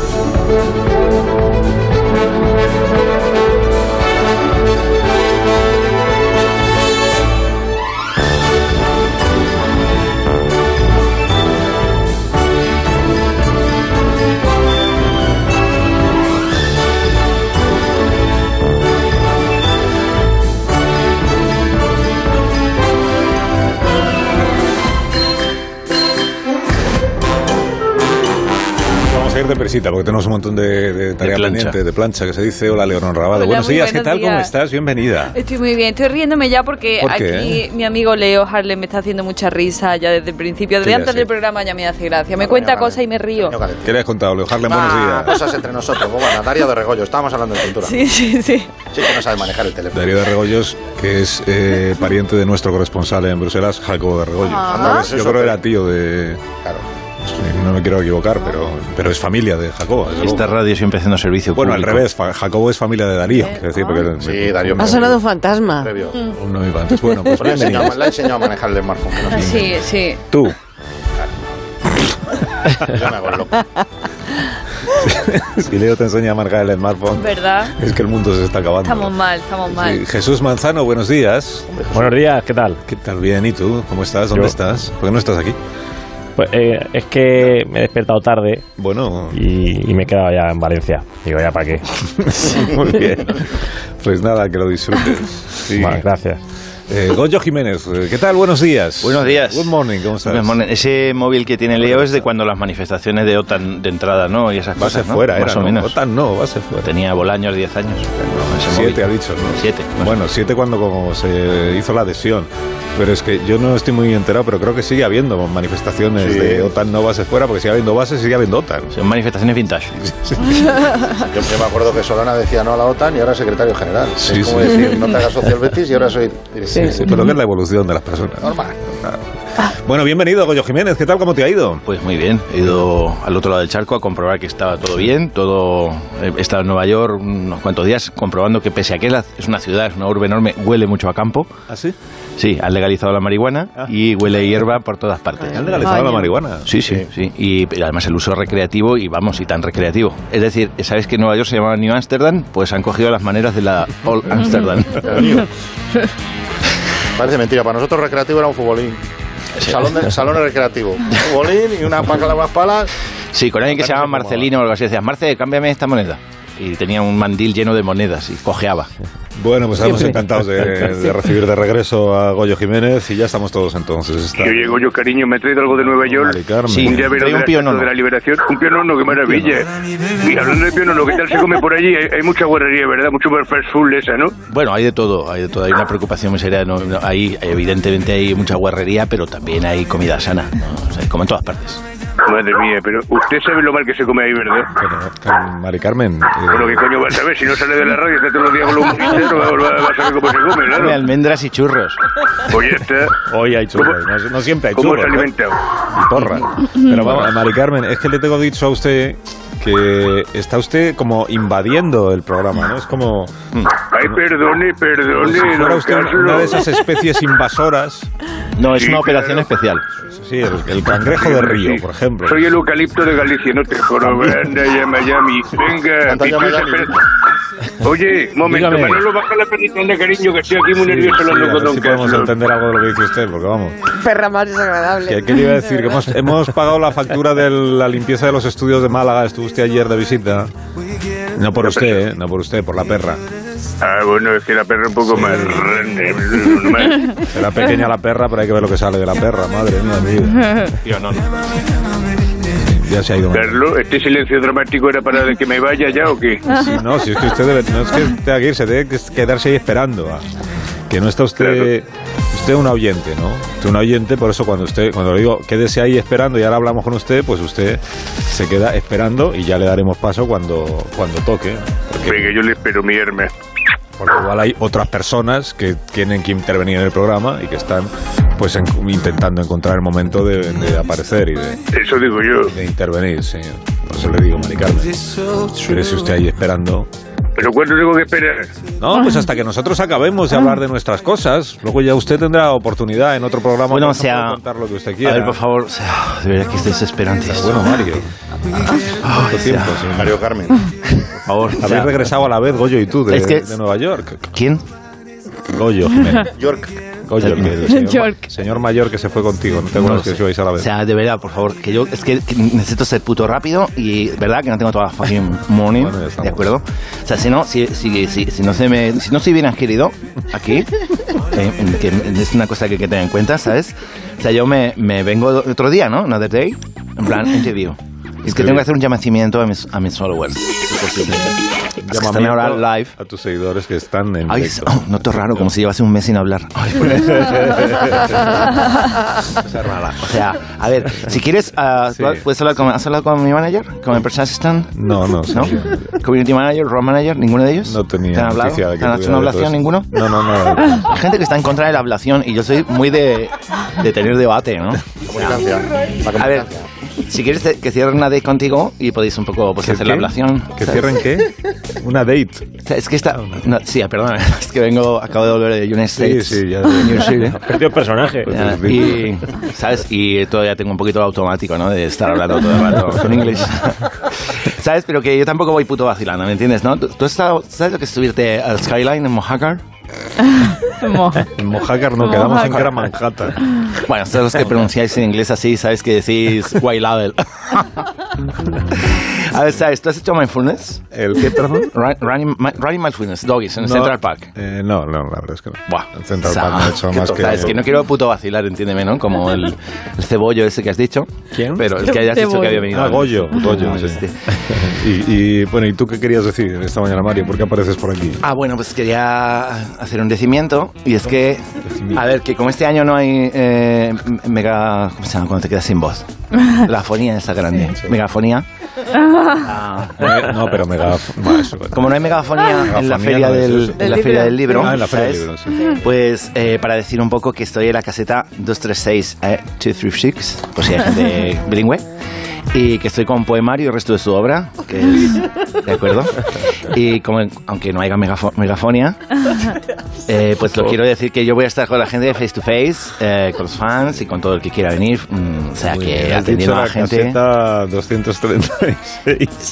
De presita, porque tenemos un montón de tarea pendiente, de plancha, que se dice. Hola, Leonor Rabado. Hola, buenos días, ¿qué tal? días. ¿Cómo estás? Bienvenida. Estoy muy bien, estoy riéndome ya porque aquí mi amigo Leo Harlem me está haciendo mucha risa ya desde el principio, desde antes del programa ya me hace gracia. Me cuenta cosas y me río. ¿Qué le has contado, Leo Harlem? Buenos días. Cosas entre nosotros, bueno, Darío de Regoyos, estábamos hablando de cultura. Sí. Sí que no sabe manejar el teléfono. Darío de Regoyos, que es pariente de nuestro corresponsal en Bruselas, Jacobo de Regoyos. Yo creo que era tío de... Claro. No me quiero equivocar, pero es familia de Jacobo. Esta radio siempre haciendo servicio público. Bueno, al revés, Jacobo es familia de Darío. Es decir, porque sí, Darío. Ha sonado un fantasma. No me antes. Bueno, pues le ha enseñado a manejar el smartphone. No sé. Sí. Tú. Yo me hago loco. Si Leo te enseña a marcar el smartphone, ¿verdad? Es que el mundo se está acabando. Estamos mal. Sí. Jesús Manzano, buenos días. Buenos días, ¿qué tal? ¿Qué tal? Bien, ¿y tú? ¿Cómo estás? ¿Dónde estás? ¿Por qué no estás aquí? Pues es que me he despertado tarde. Bueno. Y me he quedado ya en Valencia. Digo, ¿ya para qué? Muy bien. Pues nada, que lo disfrutes. Sí. Vale, gracias. Goyo Jiménez, ¿qué tal? Buenos días. Buenos días. Good morning, ¿cómo estás? Good morning. Ese móvil que tiene Leo es de cuando las manifestaciones de OTAN de entrada, ¿no? Y esas cosas, ¿no? Fuera, más o menos. OTAN no, base fuera. Tenía Bolaños 10 años. 7 ha dicho, ¿no? 7. Bueno, 7 cuando como se hizo la adhesión. Pero es que yo no estoy muy enterado, pero creo que sigue habiendo manifestaciones de OTAN no bases fuera, porque sigue habiendo bases, sigue habiendo OTAN. Son manifestaciones vintage. Yo me acuerdo que Solana decía no a la OTAN y ahora es secretario general. Es como decir, no te hagas socio al Betis y ahora soy directivo. Sí, pero que es la evolución de las personas. Normal. Bueno, bienvenido, Goyo Jiménez. ¿Qué tal? ¿Cómo te ha ido? Pues muy bien. He ido al otro lado del charco a comprobar que estaba todo bien. He estado en Nueva York unos cuantos días comprobando que pese a que es una ciudad, es una urbe enorme, huele mucho a campo. ¿Ah, sí? Sí, han legalizado la marihuana y huele hierba por todas partes. ¿Han legalizado la marihuana? Sí. Y además el uso recreativo y tan recreativo. Es decir, ¿sabes que Nueva York se llamaba New Amsterdam? Pues han cogido las maneras de la Old Amsterdam. Parece mentira, para nosotros recreativo era un futbolín. Salón recreativo. Un futbolín y una paca de las palas. Sí, con alguien que se llama Marcelino o algo así. Decías, Marce, cámbiame esta moneda. Y tenía un mandil lleno de monedas y cojeaba. Bueno, pues estamos encantados de recibir de regreso a Goyo Jiménez y ya estamos todos entonces. Yo llego yo, cariño, me he traído algo de Nueva York. Sí, un llavero de la liberación. Un pionono, qué maravilla. Y hablando de pionono, ¿qué tal se come por allí? Hay mucha guarrería, ¿verdad? Mucho fast food esa, ¿no? Bueno, hay de todo. Hay una preocupación muy seria. Evidentemente hay mucha guarrería, pero también hay comida sana, ¿no? O sea, como en todas partes. Madre mía, pero usted sabe lo mal que se come ahí, ¿verdad? Bueno, Mari Carmen... Bueno, ¿qué coño vas a ver? Si no sale de la radio, está todos los días con los musiqueros, vas a ver cómo se come, claro. Come almendras y churros. Pues ya está. Hoy hay churros, no siempre hay churros. ¿Cómo se ha alimentado? Y porra. Pero vamos, Mari Carmen, es que le tengo dicho a usted que está usted como invadiendo el programa, ¿no? Es como... Ay, perdone. Si fuera usted una de esas especies invasoras... No, es una operación especial. Sí, el cangrejo de río, por ejemplo. Soy el eucalipto de Galicia, no te jorobes. Anda ya, Miami. Venga, oye, momento, Dígame. Manolo, baja la perrita, anda, cariño, que estoy aquí muy nervioso hablando con don si podemos Carlos. entender algo de lo que dice usted, porque vamos... Perra más desagradable. ¿Qué le iba a decir? Que hemos pagado la factura de la limpieza de los estudios de Málaga. Estuvo usted ayer de visita. No por usted, no por usted, por la perra. Ah, bueno, es que la perra es un poco más grande. Será pequeña la perra, pero hay que ver lo que sale de la perra, madre mía. Tío, no. Ya se ha ido. Carlos, ¿este silencio dramático era para que me vaya ya o qué? Sí, no, si es que usted no es que tenga que irse, debe quedarse ahí esperando. Que no está usted... Usted es un oyente, ¿no? Usted es un oyente, por eso cuando le digo quédese ahí esperando y ahora hablamos con usted, pues usted se queda esperando y ya le daremos paso cuando toque. Venga, yo le espero mi herma. Porque igual hay otras personas que tienen que intervenir en el programa y que están pues intentando encontrar el momento de aparecer y eso digo yo. De intervenir, sí. Por eso le digo, Mari Carmen. Quédese usted ahí esperando. ¿Pero cuánto tengo que esperar? No, pues hasta que nosotros acabemos de hablar de nuestras cosas. Luego ya usted tendrá oportunidad en otro programa bueno, para contar lo que usted quiera. A ver, por favor, de verdad que es desesperante. Bueno, Mario. ¿Cuánto tiempo? Sí, Mario Carmen. Por favor. Habéis regresado a la vez, Goyo y tú, de Nueva York. ¿Quién? Goyo, Jiménez. York. Goyo, el señor mayor que se fue contigo. No te acuerdas que os ibais a la vez. O sea, de verdad, por favor, que necesito ser puto rápido y, verdad, que no tengo toda la fucking morning, bueno, ¿de acuerdo? O sea, si no soy bien adquirido aquí, que es una cosa que hay que tener en cuenta, ¿sabes? O sea, yo me vengo otro día, ¿no? Another day, en plan, interview. Es que tengo que hacer un llamamiento a mis followers. Llamamiento ahora live a tus seguidores que están en directo. Noto raro, como si llevase un mes sin hablar. O sea, a ver, si quieres, ¿puedes hablar ¿has hablado con mi manager? ¿Con el personal assistant? No. ¿Community manager? ¿Road manager? ¿Ninguno de ellos? No tenía ¿te han hablado? noticia de que ¿te han hecho una ablación? ¿Ninguno? No. Hay gente que está en contra de la ablación y yo soy muy de tener debate, ¿no? A ver, si quieres que cierre una date contigo y podéis un poco hacer la ablación. ¿Que cierren qué? ¿Una date? O sea, es que perdón, es que acabo de volver de United States. Sí, ya. Perdió el personaje. Y, ¿sabes? Y todavía tengo un poquito automático, ¿no? De estar hablando todo el rato con inglés. ¿Sabes? Pero que yo tampoco voy puto vacilando, ¿me entiendes, no? ¿Tú sabes lo que es subirte al Skyline en Mojácar? En Mojácar no, quedamos en que era Manhattan. Bueno, ustedes los que pronunciáis en inglés así, sabes que decís white label. A ver, ¿sabes? ¿Tú has hecho mindfulness? ¿El qué, perdón? Running mindfulness, doggies, en Central Park. No, la verdad es que no. Buah. En Central Park no he hecho más que... Es que no quiero puto vacilar, entiéndeme, ¿no? Como el cebollo ese que has dicho. ¿Quién? Pero el que hayas dicho que había venido. Goyo, sí. Y bueno, ¿y tú qué querías decir esta mañana, Mario? ¿Por qué apareces por aquí? Bueno, pues quería hacer un decimiento. Y es que, a ver, que como este año no hay mega... ¿Cómo se llama? Cuando te quedas sin voz. La fonía esa grande. Sí. Megafonía. No, pero como no hay megafonía en la feria del libro, en la feria del libro, sí. Pues para decir un poco que estoy en la caseta 236 236, por si hay gente bilingüe, y que estoy con un poemario y el resto de su obra, que es, ¿de acuerdo? Y como aunque no haya megafonía, pues lo quiero decir que yo voy a estar con la gente face to face, con los fans y con todo el que quiera venir, o sea, muy que atendiendo a la gente. Caseta 236.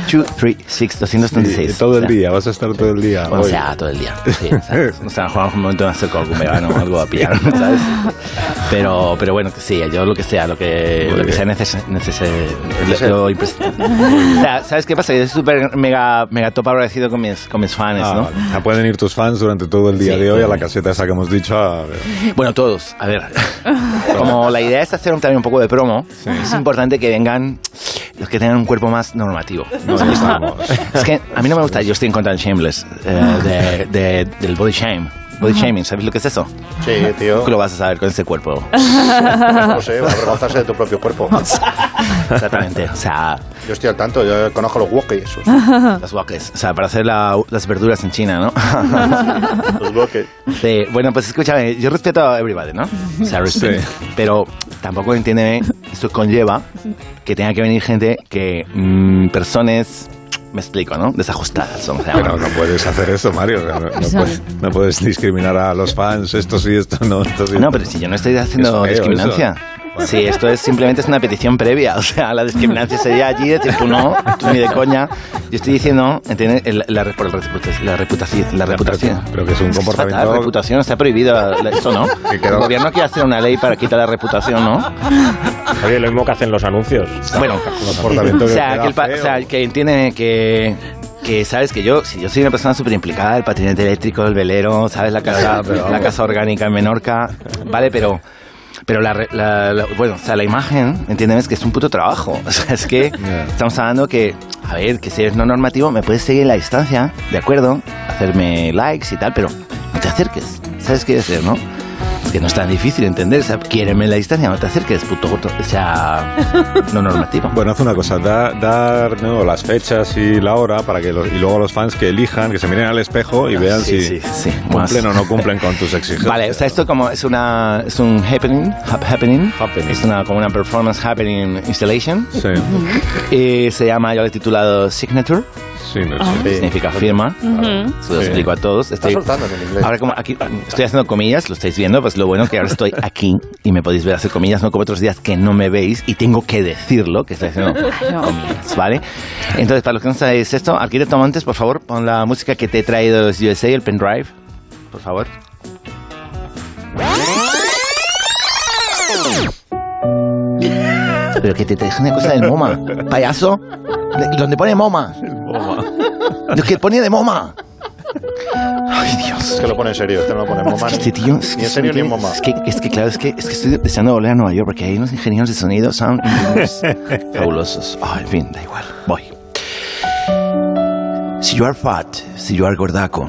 236. Sí, todo el día, vas a estar todo el día. O sea, todo el día. Sí, ¿sabes? O sea, jugamos un momento de hacer con algún vegano o algo a pillar, ¿sabes? Pero bueno, que sí, yo lo que sea sea necesario. O sea, ¿sabes qué pasa? Yo soy súper mega top agradecido con mis fans, ¿no? Pueden ir tus fans durante todo el día de hoy a la caseta esa que hemos dicho. Bueno, todos. A ver, como la idea es hacer también un poco de promo, es importante que vengan los que tengan un cuerpo más normativo. Es que a mí no me gusta, yo estoy en contra del shameless, del body shame. Body shaming, ¿sabes lo que es eso? Sí, tío. ¿Qué lo vas a saber con ese cuerpo? No sé, va a avergonzarse de tu propio cuerpo. Exactamente, o sea... Yo estoy al tanto, yo conozco los wok y esos. Los wokes, o sea, para hacer las verduras en China, ¿no? Los wokes. Sí, bueno, pues escúchame, yo respeto a everybody, ¿no? O sea, respeto. Sí. Pero tampoco, entiéndeme, esto conlleva que tenga que venir gente que... personas... Me explico, ¿no? Desajustadas. Pero no puedes hacer eso, Mario. No puedes discriminar a los fans, esto sí, esto no. No, pero si yo no estoy haciendo discriminancia. Bueno. Sí, esto es simplemente una petición previa. O sea, la discriminancia sería allí decir tú no, tú ni de coña. Yo estoy diciendo, ¿entiendes? La reputación. Pero que es un comportamiento... La reputación está prohibido eso, ¿no? El gobierno quiere hacer una ley para quitar la reputación, ¿no? Oye, lo mismo que hacen los anuncios. Bueno, o sea, que entiende que sabes que si yo soy una persona súper implicada, el patinete eléctrico, el velero, sabes, la casa orgánica en Menorca, vale, pero bueno, o sea, la imagen, entiéndeme, es que es un puto trabajo. O sea, es que estamos hablando que, a ver, que si eres no normativo, me puedes seguir a la distancia, ¿de acuerdo? Hacerme likes y tal, pero no te acerques. ¿Sabes qué decir, no? Es que no es tan difícil entender, o sea, quiéreme en la distancia, no te acerques, puto gordo, o sea, no normativo. Bueno, haz una cosa, dar las fechas y la hora para que y luego los fans que elijan, que se miren al espejo y vean si cumplen o no cumplen con tus exigencias. Vale, o sea, esto como es un happening, es como una performance happening installation. Sí. Y se llama, yo lo he titulado Signature. significa firma. Se lo explico a todos. Estoy soltando en el inglés. Ahora como aquí estoy haciendo comillas, lo estáis viendo, pues lo bueno que ahora estoy aquí y me podéis ver hacer comillas, no como otros días que no me veis y tengo que decirlo, que estoy haciendo comillas, ¿vale? Entonces, para los que no sabéis esto, Arquitecto Montes, por favor, pon la música que te he traído desde USA, el pendrive, por favor. Pero que te traje una cosa del MoMA, payaso. ¿Dónde pone MoMA? Lo que pone de MoMA. Ay, Dios. Es que lo pone en serio, no lo pone en MoMA. Este tío, ni en serio ni en MoMA. Es que claro, es que estoy deseando volver a Nueva York porque hay unos ingenieros de sonido, son fabulosos. En fin, da igual, voy. Si you are fat, si you are gordaco,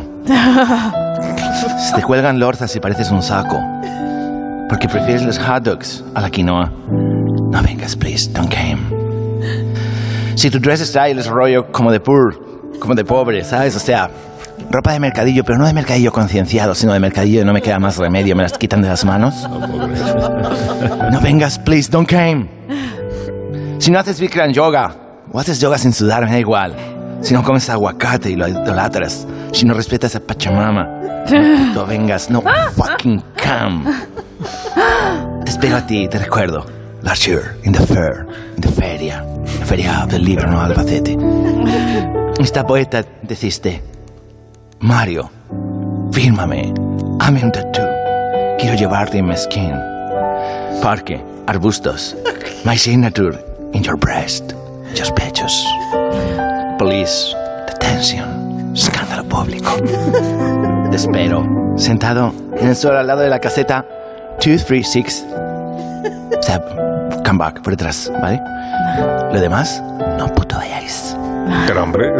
si te cuelgan lorzas y pareces un saco, porque prefieres los hot dogs a la quinoa, no vengas, please, don't come. Si tu dress style es rollo como de pobre, ¿sabes? O sea, ropa de mercadillo, pero no de mercadillo concienciado, sino de mercadillo de no me queda más remedio, me las quitan de las manos. No vengas, please, don't come. Si no haces Bikram yoga, o haces yoga sin sudar, me da igual. Si no comes aguacate y lo idolatras, si no respetas a Pachamama, no vengas, no fucking come. Te espero a ti, te recuerdo. Last year, in the fair, in the feria, la feria del libro, no Albacete. Esta poeta deciste: Mario, fírmame, hazme un tattoo, quiero llevarte en mi skin. Parque, arbustos, my signature in your breast, just pechos. Police, detention, escándalo público. Te espero, sentado en el suelo al lado de la caseta 236. O sea, come back, por detrás, ¿vale? Lo demás, no puto vayáis. Pero hombre.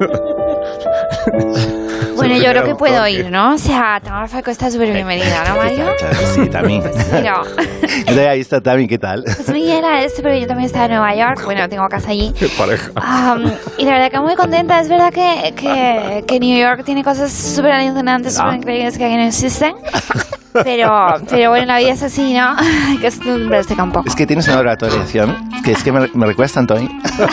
Bueno, yo creo que puedo ir, ¿no? O sea, Tamara está súper bienvenida, ¿no, Mario? Claro, sí, Tami. Sí, ahí está Tami, ¿qué tal? Pues muy bien, pero yo también estaba en Nueva York. Bueno, tengo casa allí. Qué pareja. Y la verdad que muy contenta. Es verdad que New York tiene cosas súper alucinantes, súper increíbles que aquí no existen. Pero bueno, la vida es así, ¿no? Hay que acostumbrarse un poco. Es que tienes una oratoriación que es que me recuerdas tanto a mí.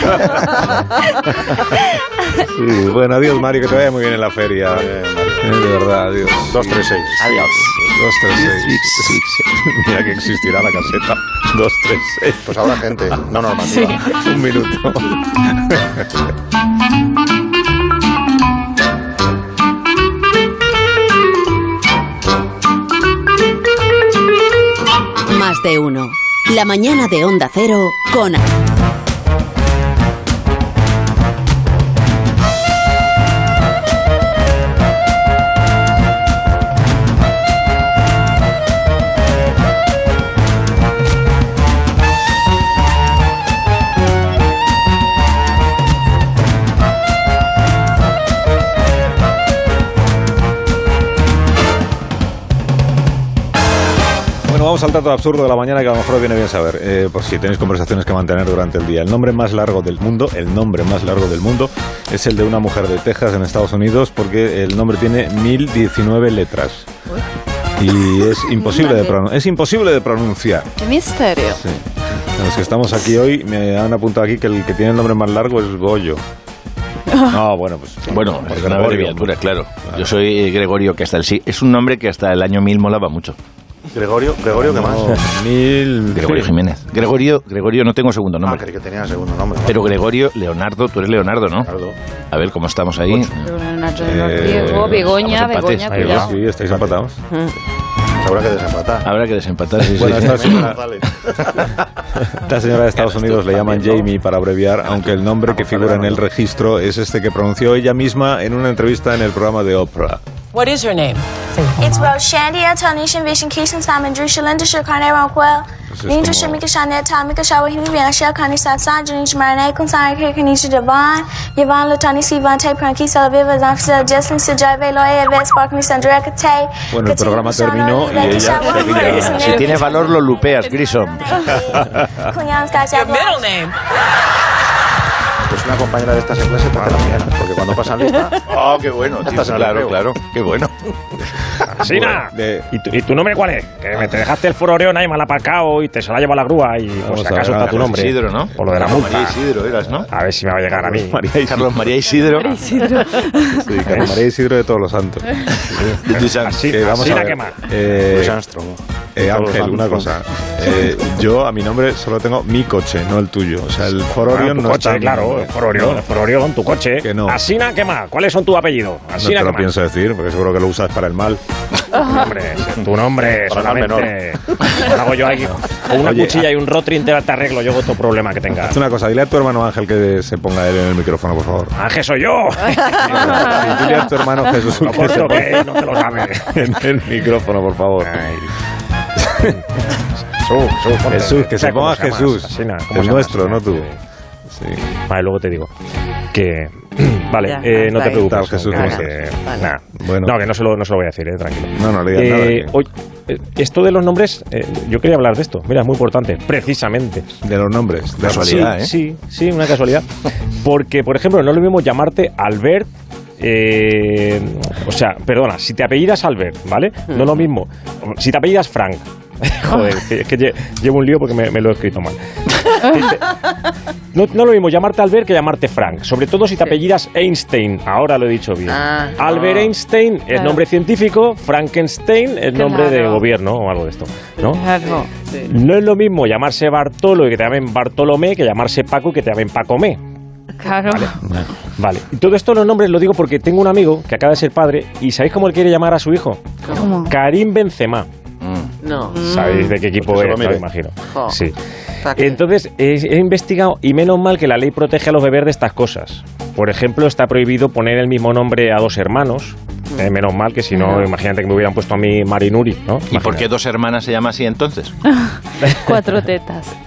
Sí, bueno, adiós, Mario, que te vaya muy bien en la feria. De verdad, adiós. 236. Adiós. 236. Mira que existirá la caseta. 236. Pues habrá gente, no normativa. Sí. Un minuto. Más de uno. La mañana de Onda Cero con... Vamos al dato absurdo de la mañana que a lo mejor viene bien saber, por si tenéis conversaciones que mantener durante el día. El nombre más largo del mundo es el de una mujer de Texas en Estados Unidos porque el nombre tiene 1019 letras. Y es imposible de pronunciar. ¡Qué misterio! Sí. Los que estamos aquí hoy me han apuntado aquí que el que tiene el nombre más largo es Goyo. No, bueno, pues... Bueno, es una abreviatura, claro. Yo soy Gregorio, que hasta es un nombre que hasta el año 1000 molaba mucho. Gregorio, ¿qué más? Gregorio Jiménez. Gregorio, no tengo segundo nombre. Creí que tenía segundo nombre. Pero Gregorio, Leonardo, tú eres Leonardo, ¿no? Leonardo. A ver, ¿cómo estamos ahí? Riego, Begoña, cuidado. Sí, estáis empatados. Habrá que desempatar. Sí. Bueno, esta señora de Estados Unidos le llaman Jamie para abreviar, aunque el nombre que figura en el registro es este que pronunció ella misma en una entrevista en el programa de Oprah. What is your name? It's Roshandy, Antonisha, Vision, Keishan, Simon, Drew, Shalinda, Shakane, Ronquel, Ninja, Shamika, Shanet, Tamika, Shawahini, Shell, Kani, Satsan, Janish, Marane, Kunsai, Kanisha, Devon, Yvonne, Latani, Sivan, Tay, Pranky, Salaviva, Zanfisa, Jesslyn, Sajave, Loya, Vet, Sparkly, Sandra, Tay. Bueno, el programa terminó y ella... Si tiene valor, lo lupeas, Grissom. Your middle name. Pues una compañera de estas en clase te hace la mañana, porque cuando pasan lista... ¡Oh, qué bueno! Tío, claro, qué bueno. ¡Sina! ¿Y tu nombre cuál es? Que te dejaste el Ford Orion ahí mal aparcado y te se la lleva la grúa y por si acaso está tu nombre. Isidro, ¿no? Por lo de la multa. María Isidro eras, ¿no? A ver si me va a llegar a mí. Carlos María Isidro. Sí, Carlos María Isidro de todos los santos. Sina, ¿qué más? Ángel, una cosa. Yo a mi nombre solo tengo mi coche, no el tuyo. O sea, el Ford Orion no está. Claro, el Ford Orion, tu coche. Que no. Asina, ¿qué más? ¿Cuáles son tus apellidos? Asina, no te lo pienso decir, porque seguro que lo usas para el mal. Tu nombre para solamente. Lo hago yo aquí con una cuchilla y un rotring te arreglo yo otro problema que tengas. Haz una cosa, dile a tu hermano Ángel que se ponga él en el micrófono, por favor. Ángel soy yo. Dile a tu hermano Jesús que no te lo sabe. En el micrófono, por favor. Jesús, que se ponga Jesús. Asina, el nuestro, no tú. Sí. Vale, luego te digo que vale, no te preocupes, Jesús, nada. Bueno. No, que no se lo voy a decir, tranquilo. No le digas nada. Hoy, esto de los nombres, yo quería hablar de esto. Mira, es muy importante, precisamente. De los nombres, de casualidad, sí, una casualidad. Porque, por ejemplo, no es lo mismo llamarte Albert. O sea, perdona, si te apellidas Albert, ¿vale? No es lo mismo. Si te apellidas Frank. Joder, es que llevo un lío porque me lo he escrito mal. No es lo mismo llamarte Albert que llamarte Frank. Sobre todo si te apellidas Einstein. Ahora lo he dicho bien. Albert Einstein es nombre científico. Frankenstein es nombre de gobierno o algo de esto, ¿no? No es lo mismo llamarse Bartolo y que te llamen Bartolomé que llamarse Paco y que te llamen Pacomé. Claro. Vale. Y todo esto los nombres lo digo porque tengo un amigo que acaba de ser padre y ¿sabéis cómo él quiere llamar a su hijo? ¿Cómo? Karim Benzema. No. ¿Sabéis de qué equipo es? Me imagino. Sí. Entonces, he investigado y menos mal que la ley protege a los bebés de estas cosas. Por ejemplo, está prohibido poner el mismo nombre a dos hermanos. Menos mal que si no, imagínate que me hubieran puesto a mí Marinuri, ¿no? Imagínate. ¿Y por qué dos hermanas se llama así entonces? 4 tetas.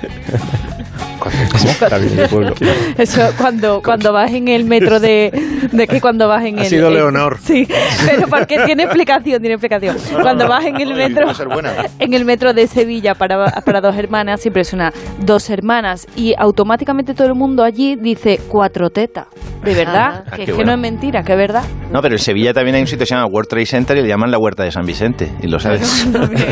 Eso cuando vas en el metro de que cuando vas en ha sido Leonor. Sí, pero porque tiene explicación. Cuando vas en el metro de Sevilla para dos hermanas, siempre es una dos hermanas y automáticamente todo el mundo allí dice 4 tetas. De verdad, que no es mentira, que es verdad. No, pero en Sevilla también hay un sitio que se llama World Trade Center y le llaman la Huerta de San Vicente, y lo sabes.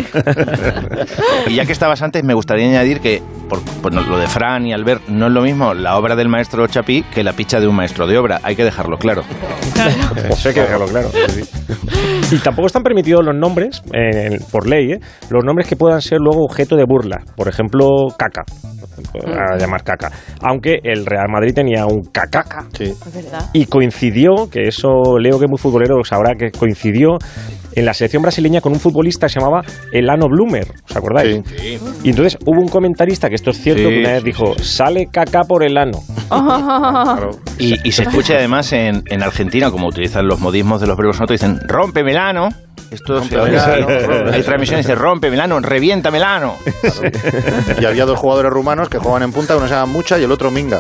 Y ya que estabas antes, me gustaría añadir que por lo de Fran y Albert no es lo mismo la obra del maestro Chapí que la picha de un maestro de obra, hay que dejarlo claro. Eso hay que dejarlo claro. Y tampoco están permitidos los nombres, por ley, los nombres que puedan ser luego objeto de burla. Por ejemplo, Caca. A llamar Caca. Aunque el Real Madrid tenía un Caca. Sí. Es verdad. Y coincidió, que eso Leo, que es muy futbolero, sabrá que coincidió en la selección brasileña con un futbolista que se llamaba Elano Bloomer, ¿os acordáis? Sí. Y entonces hubo un comentarista, que esto es cierto, que una vez dijo, sale Caca por el ano. Claro. Y se escucha además en Argentina, como utilizan los modismos de los verbos notos, dicen, rompe Melano. Esto hay transmisiones de rompe Melano, revienta Melano. Claro. Y había 2 jugadores rumanos que jugaban en punta, uno se llama Mucha y el otro Minga.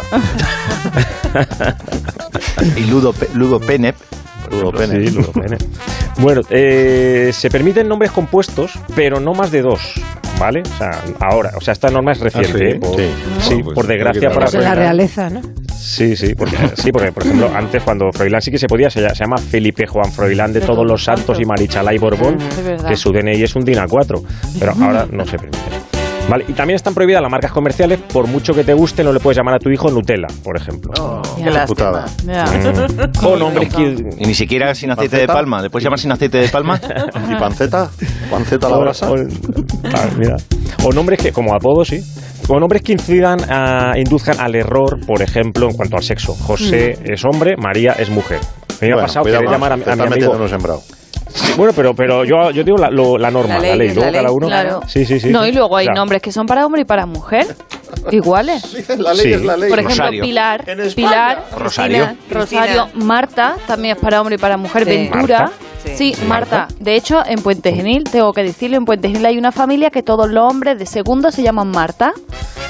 Y Ludo Penep. Sí, Ludo Penep. Bueno, se permiten nombres compuestos, pero no más de 2. ¿Vale? O sea, esta norma es reciente. Sí, por desgracia para Froilán. La realeza, ¿no? Sí, porque por ejemplo, antes cuando Froilán sí que se podía, se llama Felipe Juan Froilán de todos los santos y Marichalay Borbón, que su DNI es un DIN A4, pero ahora no se permite. Vale, y también están prohibidas las marcas comerciales, por mucho que te guste, no le puedes llamar a tu hijo Nutella, por ejemplo. Qué putada. O nombres que... Y ni siquiera sin aceite de palma, ¿le puedes llamar sin aceite de palma? ¿Y panceta? ¿Panceta a la brasa? O nombres que, como apodos, sí. O nombres que induzcan al error, por ejemplo, en cuanto al sexo. José es hombre, María es mujer. Me ha pasado que llamar a mi amigo... Bueno, pero yo digo la norma, la ley. Luego cada uno... Claro. Sí. No, y luego hay nombres que son para hombre y para mujer. Iguales. La ley es la ley. Por ejemplo, Rosario. Pilar, Rosario. Marta, también es para hombre y para mujer. Sí. Ventura. Marta. Sí, Marta. De hecho, en Puente Genil, tengo que decirlo, en Puente Genil hay una familia que todos los hombres de segundo se llaman Marta.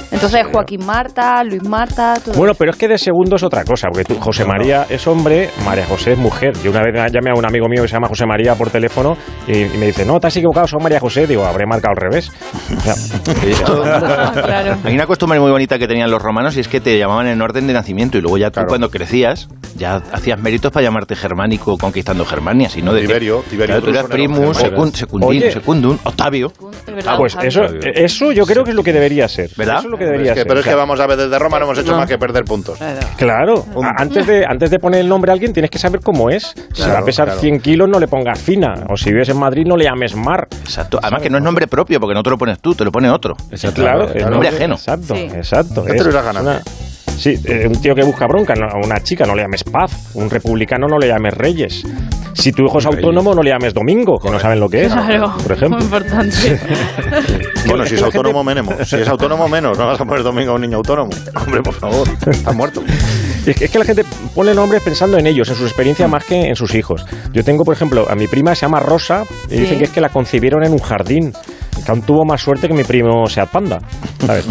Entonces Joaquín Marta, Luis Marta... Todo bueno, pero es que de segundo es otra cosa, porque tú, José María es hombre, María José es mujer. Yo una vez llamé a un amigo mío que se llama José María por teléfono y me dice, no, te has equivocado, soy María José. Digo, habré marcado al revés. O sea, claro. Hay una costumbre muy bonita que tenían los romanos y es que te llamaban en orden de nacimiento y luego ya tú cuando crecías ya hacías méritos para llamarte germánico conquistando Germania, sino de Tiberio, claro, tú eras primus, secundum, Octavio. Pues eso yo creo que es lo que debería ser. ¿Verdad? Eso es lo que debería ser. Pero es que vamos a ver, desde Roma no hemos hecho más que perder puntos. Claro. Antes de poner el nombre a alguien tienes que saber cómo es. Si va a pesar 100 kilos no le pongas Fina. O si vives en Madrid no le llames Mar. Exacto. Además que no es nombre propio porque no te lo pones tú, te lo pone otro. Claro. Es nombre ajeno. Exacto. No te lo irás ganando. Sí, un tío que busca bronca, a una chica no le llames Paz, un republicano no le llames Reyes. Si tu hijo es autónomo no le llames Domingo, que no saben lo que es, por ejemplo. Muy importante. Bueno, si es autónomo menos. Si es autónomo menos, no vas a poner Domingo a un niño autónomo. Hombre, por favor, está muerto. Es que la gente pone nombres pensando en ellos, en su experiencia más que en sus hijos. Yo tengo, por ejemplo, a mi prima se llama Rosa y dicen que es que la concibieron en un jardín. Que aún tuvo más suerte que mi primo Seat Panda, ¿sabes?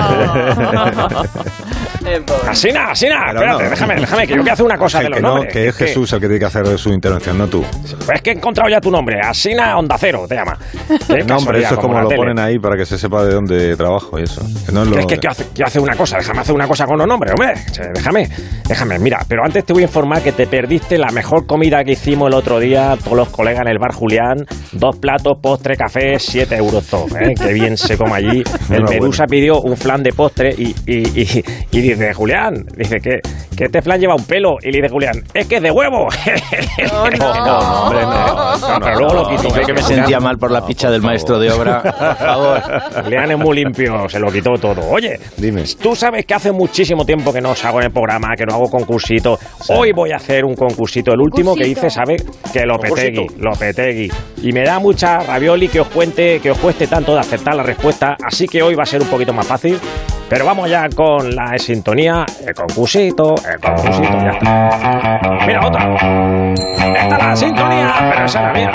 Asina, espérate, no. déjame, que yo voy a hacer una cosa de los nombres. Que es Jesús el que tiene que hacer su intervención, no tú. Es que he encontrado ya tu nombre, Asina Onda Cero, te llama. No, hombre, eso es como lo ponen ahí para que se sepa de dónde trabajo y eso. Es que quiero hacer una cosa, déjame hacer una cosa con los nombres, hombre. Déjame, mira, pero antes te voy a informar que te perdiste la mejor comida que hicimos el otro día, todos los colegas en el bar Julián, 2 platos, postre, café, 7 euros todo, qué bien se come allí. El Medusa pidió un flan de postre y dice, Julián, dice que este flan lleva un pelo, y le dice Julián, es que es de huevo. No, pero luego lo quitó, que me sentía mal por la picha del maestro de obra, por favor. Julián es muy limpio, se lo quitó todo. Oye, dime, tú sabes que hace muchísimo tiempo que no os hago en el programa, que no hago concursito. Hoy voy a hacer un concursito, el último que hice, ¿sabe? Que lo petegui. Y me da mucha ravioli que os cueste tanto de acertar la respuesta, así que hoy va a ser un poquito más fácil. Pero vamos ya con la sintonía, el concursito, ya está. Mira, otra. Esta es la sintonía, pero esa es la mía.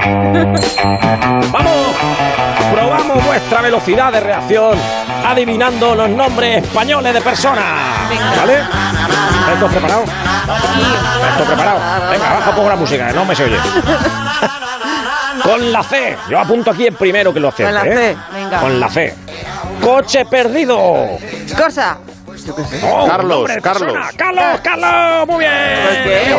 Vamos, probamos vuestra velocidad de reacción adivinando los nombres españoles de personas. ¿Vale? ¿Estos preparados? ¿Estos preparados? Venga, baja un poco la música, no me se oye. Con la C. Yo apunto aquí el primero que lo hace. Con la C, venga. Con la C. Coche perdido. Cosa. Oh, Carlos. Carlos, muy bien.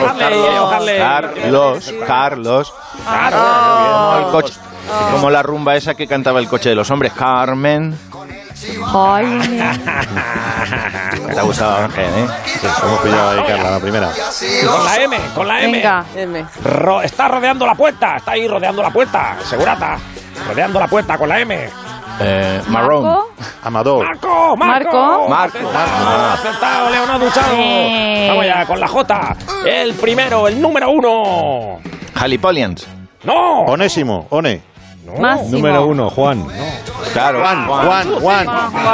Carlos. Como el coche, como la rumba esa que cantaba el coche de los hombres, Carmen. Ay, te ha gustado, Ángel, Sí, hemos pillado ahí, Carla, la primera. Con la M. venga. Está rodeando la puerta. Está ahí rodeando la puerta. Segurata. Rodeando la puerta con la M. Marrón. Amador. Marco. Acertado, Leonardo Duchado. Vamos ya, con la J. El primero, el número 1. Halipolians. No. Onésimo. Máximo. Número 1, Juan. No. Claro. Juan.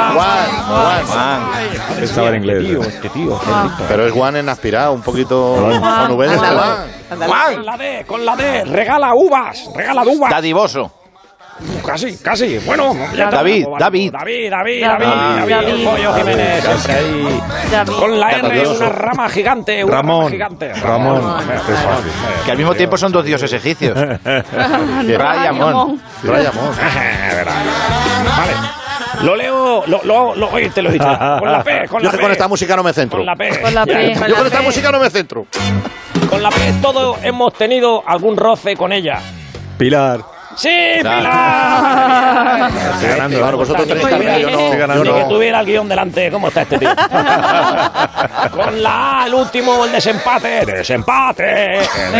Estaba en inglés. Este tío. Pero es Juan en aspirado, un poquito onubense. Juan. Con la D. Regala uvas. Dadivoso. Casi. Bueno, ya David. David. El Pollo Jiménez. Siempre ahí. Con la R, una rama gigante. Ramón. Que al mismo tiempo son 2 dioses egipcios. Rayamón. Vale. Lo leo, oye, te lo he dicho. Con la P, Yo que con esta música no me centro. Con la P. Yo con esta música no me centro. Con la P todos hemos tenido algún roce con ella. Pilar. ¡Sí, Pilar! Estoy ganando, claro, vosotros tenéis que ganar, yo no. Ni que tuviera el guión delante. ¿Cómo está este tío? Con la A, el último, el desempate. Desempate.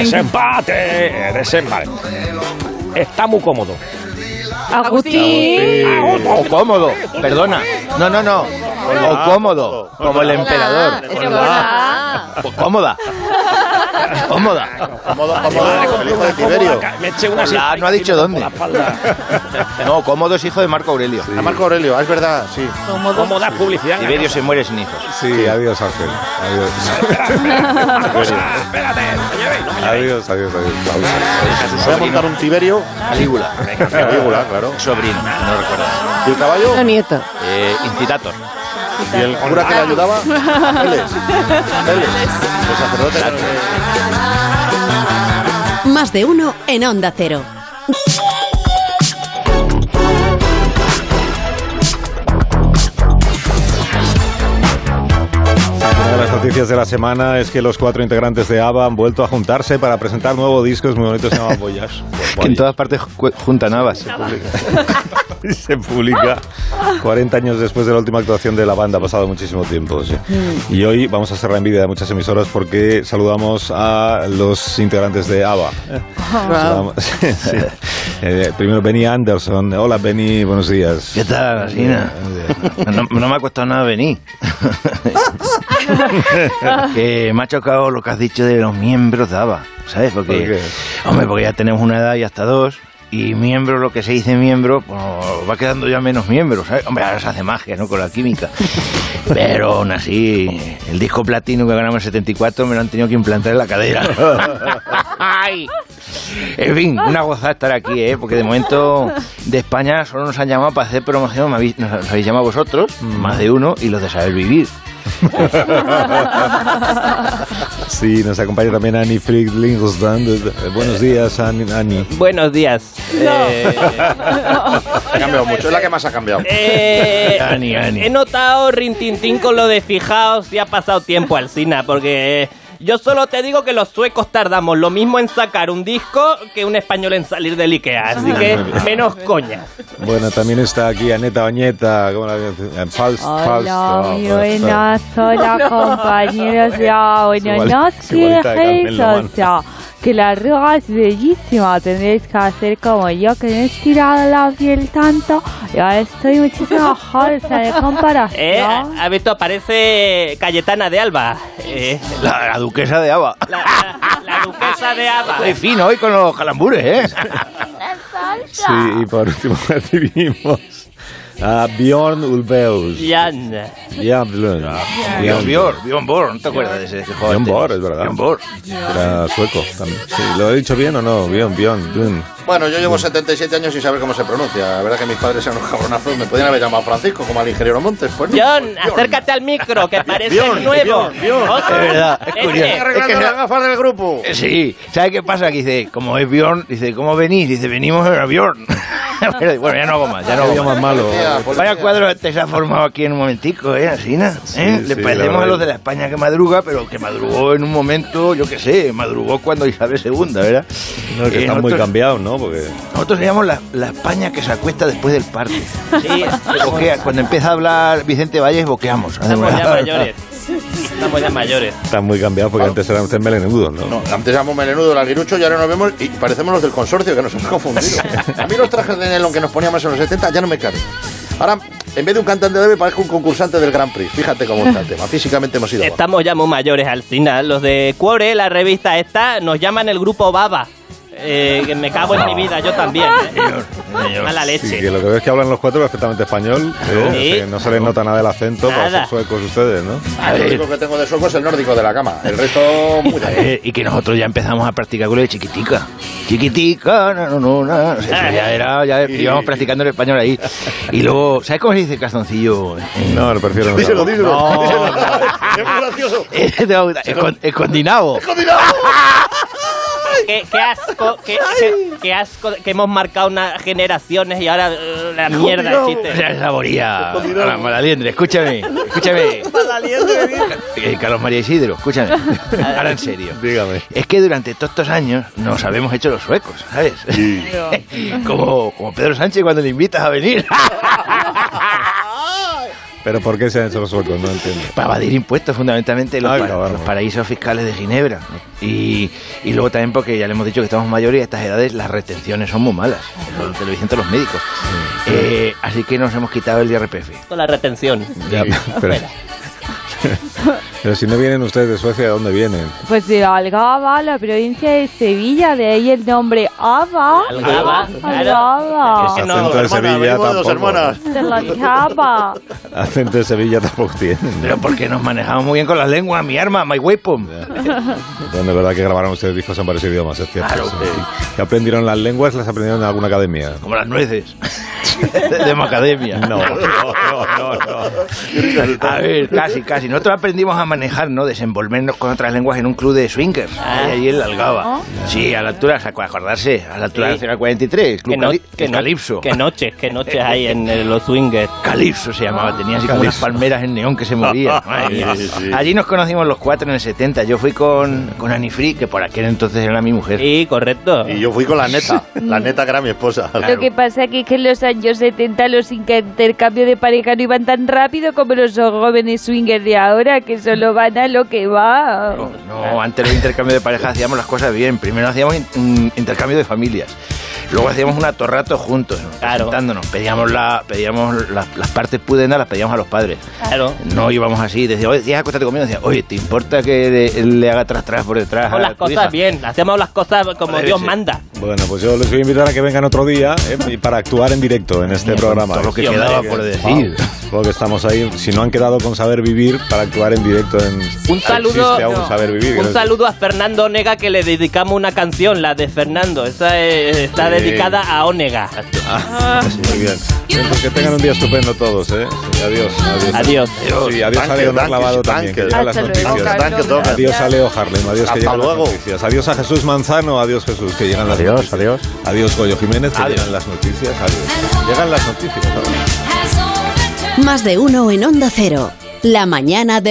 Está muy cómodo. Agustín. O cómodo. Perdona. No. O cómodo. Como el emperador. Es que buena. Pues cómoda. Cómoda. El hijo de Tiberio. Me eché una no ha dicho dónde. No, Cómodo es hijo de Marco Aurelio. A Marco Aurelio, es verdad, sí. Cómoda publicidad. Tiberio se muere sin hijos. Sí, adiós, Ángel. Adiós. Adiós. Voy a montar un Tiberio. Calígula. Calígula, claro. Sobrino, no recuerdo. ¿Y el caballo? No, nieto. Incitator. ¿Y el cura que le ayudaba? Vélez. El sacerdote. Más de uno en Onda Cero. Una de las noticias de la semana es que los 4 integrantes de ABBA han vuelto a juntarse para presentar nuevo disco, es muy bonito, se llama Voyage. Que en todas partes juntan habas. Se publica 40 años después de la última actuación de la banda, ha pasado muchísimo tiempo. Sí. Y hoy vamos a hacer la envidia de muchas emisoras porque saludamos a los integrantes de ABBA. Sí. Primero Benny Anderson. Hola Benny, buenos días. ¿Qué tal, Asina? No me ha costado nada venir. Que me ha chocado lo que has dicho de los miembros de ABBA, ¿sabes? Porque ya tenemos una edad y hasta 2. Y miembro, lo que se dice miembro, pues va quedando ya menos miembros, ¿sabes? Hombre, ahora se hace magia, ¿no? Con la química. Pero aún así, el disco platino que ganamos en 74 me lo han tenido que implantar en la cadera. ¡Ay! En fin, una gozada estar aquí, ¿eh? Porque de momento de España solo nos han llamado para hacer promoción, nos habéis llamado vosotros, más de uno, y los de Saber Vivir. Sí, nos acompaña también Annie Friedlingsdand. Buenos días, Annie. Buenos días. Ha cambiado mucho, es la que más ha cambiado. Annie. He notado rintintín con lo de fijaos si ha pasado tiempo Alsina, porque yo solo te digo que los suecos tardamos lo mismo en sacar un disco que un español en salir del Ikea, así que menos coña. Bueno, también está aquí Aneta Bañeta. Hola, compañeros. Bueno, no os quejéis, que la arruga es bellísima. Tendréis que hacer como yo, que no he estirado la piel tanto. Y ahora estoy muchísimo mejor, de comparación. A ver, parece Cayetana de Alba. La duquesa de ABBA. La duquesa de ABBA. Muy fino hoy con los calambures, ¿eh? Sí, y por último recibimos a Björn Ulvaeus. Björn Borg, ¿no te acuerdas de ese joven? Björn Borg, es verdad. Björn Borg. Era sueco también. Sí, ¿lo he dicho bien o no? Björn. Bueno, yo llevo 77 años sin saber cómo se pronuncia. La verdad que mis padres eran unos cabronazos. Me podían haber llamado Francisco, como al ingeniero Montes. Pues no. John, acércate al micro, que parece nuevo. Es verdad, es curioso. Arreglando las gafas del grupo. Sí, ¿sabes qué pasa? Que dice, como es Björn, dice, ¿cómo venís? Dice, venimos a Björn. Bueno, ya no hago más, más malo. Vaya cuadro te se ha formado aquí en un momentico, Asina. Le parecemos a los de la España que madruga, pero que madrugó en un momento, yo qué sé, madrugó cuando Isabel II, ¿verdad? No, que están muy cambiados, ¿no? Porque nosotros llamamos la España que se acuesta después del parque. Sí, boquea. Cuando empieza a hablar Vicente Valles, boqueamos. Estamos ya mayores. Están muy cambiados porque antes eran ustedes melenudos, ¿no? Antes éramos melenudos, larguiruchos, y ahora nos vemos y parecemos los del consorcio, que nos hemos confundido. A mí los trajes de nylon que nos poníamos en los 70 ya no me caben. Ahora, en vez de un cantante de parezco un concursante del Grand Prix. Fíjate cómo está el tema. Físicamente hemos ido. Estamos ya muy mayores al final. Los de Cuore, la revista esta, nos llaman el grupo Baba. Que me cago en mi vida, yo también. Mala leche. Sí, que lo que veo es que hablan los 4 perfectamente español. No se les nota nada el acento para ser suecos ustedes, ¿no? Lo único que tengo de sueco es el nórdico de la cama. El resto, muy bien. Y que nosotros ya empezamos a practicar con el chiquitica. No. O sea, ya íbamos practicando el español ahí. Y luego, ¿sabes cómo se dice calzoncillo? No, lo prefiero no. Díselo. No. Es muy gracioso. Escondinado. Qué asco que hemos marcado unas generaciones y ahora la mierda el chiste. La saboría. Malaliendre, escúchame. Carlos María Isidro, escúchame. Ahora en serio. Dígame. Es que durante todos estos años nos habemos hecho los suecos, ¿sabes? Sí. como Pedro Sánchez cuando le invitas a venir. ¿Pero por qué se han hecho los suecos? No entiendo. Para evadir impuestos, fundamentalmente, los paraísos fiscales de Ginebra. Y luego también porque ya le hemos dicho que estamos mayores y a estas edades las retenciones son muy malas. Te lo dicen todos los médicos. Así que nos hemos quitado el IRPF. Con la retención. Ya, pero... Pero si no vienen ustedes de Suecia, ¿de dónde vienen? Pues de Algaba, la provincia de Sevilla, de ahí el nombre Ava. Algaba. Algaba. Ese acento de Sevilla tampoco. De la Chapa. Acento de Sevilla tampoco tienen. Pero porque nos manejamos muy bien con las lenguas, mi arma, my weapon. De verdad que grabaron ustedes discos en varios idiomas, es cierto. Claro, ¿Que aprendieron las lenguas? ¿Las aprendieron en alguna academia? Como las nueces. De macademia. No. A ver, casi. Nosotros aprendimos a manejar, ¿no? Desenvolvernos con otras lenguas en un club de swingers. Ahí en la Algaba. Sí, a la altura, acordarse, a la altura del Nacional 43, el club Calipso. Qué noches hay en los swingers. Calipso se llamaba, tenía así como unas palmeras en neón que se movían. Sí. Allí nos conocimos los 4 en el 70. Yo fui con Annie Free, que por aquel entonces era mi mujer. Sí, correcto. Y yo fui con la neta que era mi esposa. Lo que pasa es que en los años 70 los intercambios de pareja no iban tan rápido como los jóvenes swingers de ahora, que solo van a lo que va. No, antes del intercambio de pareja hacíamos las cosas bien. Primero hacíamos intercambio de familias. Luego hacíamos un atorrato juntos, presentándonos. Pedíamos las partes pudendas, las pedíamos a los padres. Claro. No íbamos así, decía, oye, acostarte conmigo. Decía, oye, ¿te importa que le haga tras por detrás? Hacemos las cosas bien, hacemos las cosas como Dios manda. Bueno, pues yo les voy a invitar a que vengan otro día para actuar en directo en este programa. Todo lo que quedaba por decir. Porque estamos ahí, si no han quedado con Saber Vivir, para actuar en directo en... Un saludo a Fernando Onega, que le dedicamos una canción, la de Fernando. Esa está dedicada a Onega. Muy bien. Pues que tengan un día estupendo todos, ¿eh? Sí, adiós. Sí, adiós a Leonor Lavado también, que llegan las noticias. Adiós a Leo Harlem, adiós que llegan las noticias. Adiós a Jesús Manzano, adiós Jesús, que llegan las noticias. Adiós Goyo Jiménez, que llegan las noticias. Adiós. Llegan las noticias. Más de uno en Onda Cero. La mañana de